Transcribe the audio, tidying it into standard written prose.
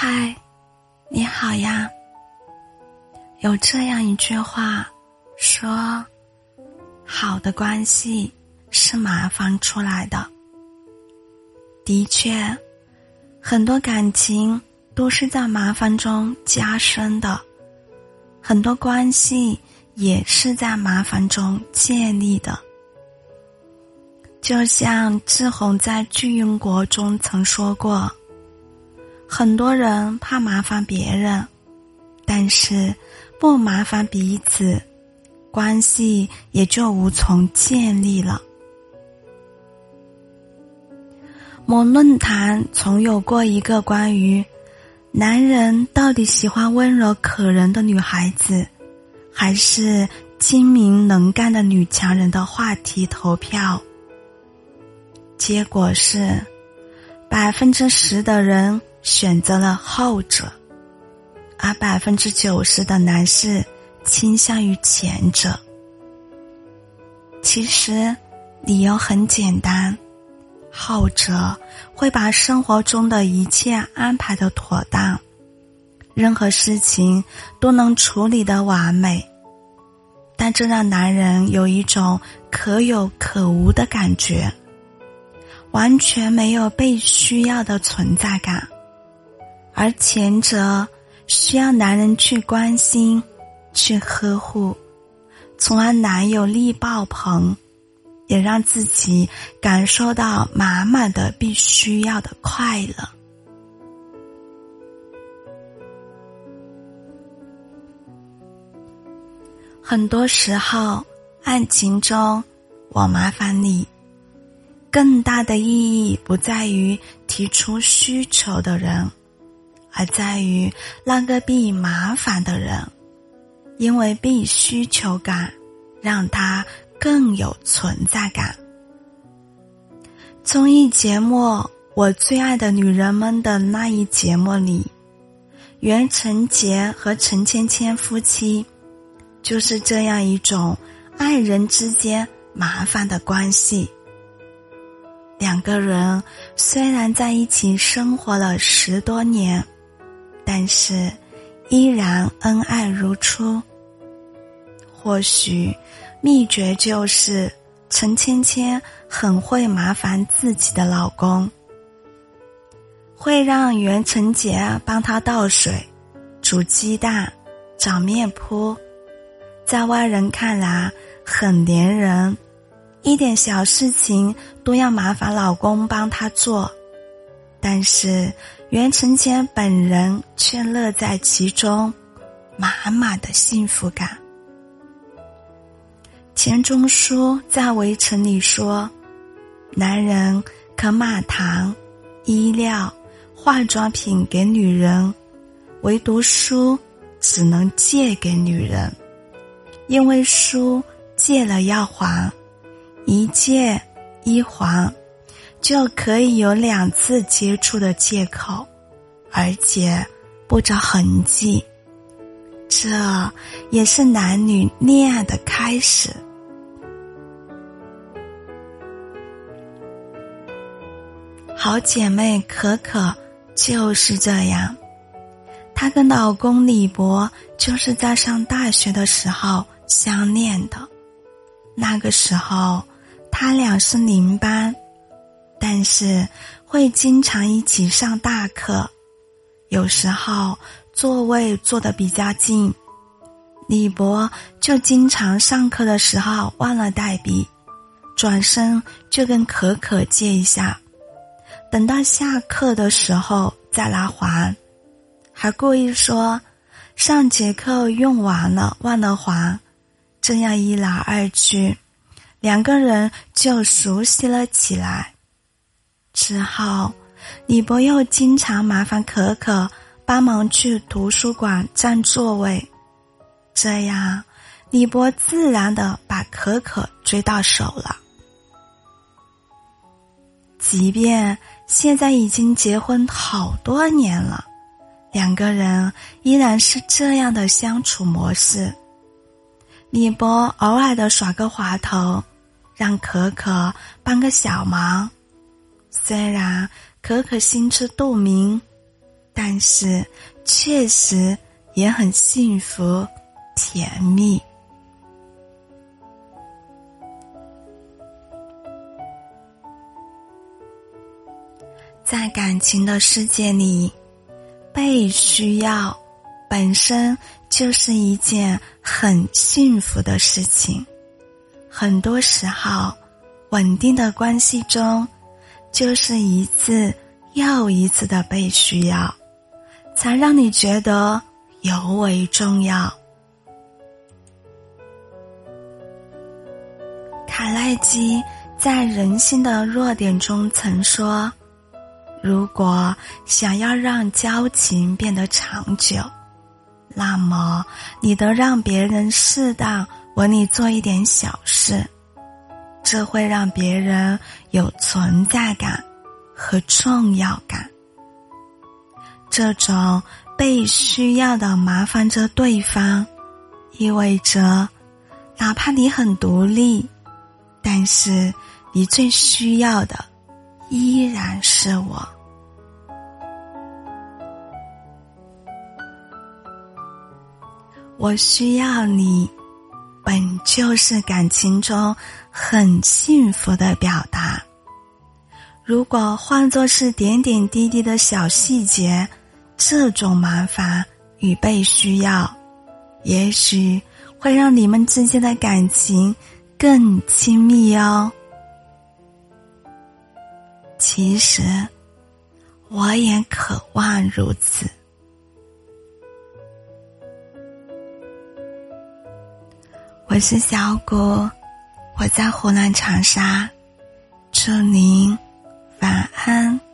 嗨，你好呀。有这样一句话说，好的关系是麻烦出来的。的确，很多感情都是在麻烦中加深的，很多关系也是在麻烦中建立的。就像志宏在《巨婴国》中曾说过，很多人怕麻烦别人，但是不麻烦彼此，关系也就无从建立了。某论坛曾有过一个关于男人到底喜欢温柔可人的女孩子，还是精明能干的女强人的话题投票。结果是10%的人选择了后者，而90%的男士倾向于前者。其实理由很简单，后者会把生活中的一切安排得妥当，任何事情都能处理得完美，但这让男人有一种可有可无的感觉，完全没有被需要的存在感。而前者需要男人去关心，去呵护，从而男友力爆棚，也让自己感受到满满的必须要的快乐。很多时候，爱情中我麻烦你，更大的意义不在于提出需求的人，而在于那个被麻烦的人，因为被需求感让他更有存在感。综艺节目《我最爱的女人们》的那一节目里，袁成杰和陈芊芊夫妻就是这样一种爱人之间麻烦的关系。两个人虽然在一起生活了10多年，但是依然恩爱如初。或许秘诀就是陈芊芊很会麻烦自己的老公，会让袁成杰帮他倒水、煮鸡蛋、找面铺，在外人看来很粘人，一点小事情都要麻烦老公帮他做，但是袁成杰本人却乐在其中，满满的幸福感。钱钟书在《围城》里说，男人可买糖、衣料、化妆品给女人，唯独书只能借给女人，因为书借了要还，一借一还，就可以有2次接触的借口，而且不着痕迹。这也是男女恋爱的开始。好姐妹可可就是这样，她跟老公李博就是在上大学的时候相恋的。那个时候他俩是邻班，但是会经常一起上大课，有时候座位坐得比较近，李博就经常上课的时候忘了带笔，转身就跟可可借一下，等到下课的时候再来还，还故意说上节课用完了忘了还，这样一来二去，两个人就熟悉了起来。之后李博又经常麻烦可可帮忙去图书馆占座位，这样李博自然地把可可追到手了。即便现在已经结婚好多年了，两个人依然是这样的相处模式。李博偶尔的耍个滑头，让可可帮个小忙，虽然可可心知肚明， 但是确实也很幸福甜蜜。在感情的世界里，被需要本身就是一件很幸福的事情。很多时候，稳定的关系中，就是一次又一次的被需要，才让你觉得尤为重要。卡耐基在《人性的弱点》中曾说，如果想要让交情变得长久，那么你得让别人适当为你做一点小事，这会让别人有存在感和重要感。这种被需要的麻烦着对方，意味着哪怕你很独立，但是你最需要的依然是我。我需要你，本就是感情中很幸福的表达。如果换作是点点滴滴的小细节，这种麻烦与被需要，也许会让你们之间的感情更亲密哦。其实，我也渴望如此。我是小谷，我在湖南长沙，祝您晚安。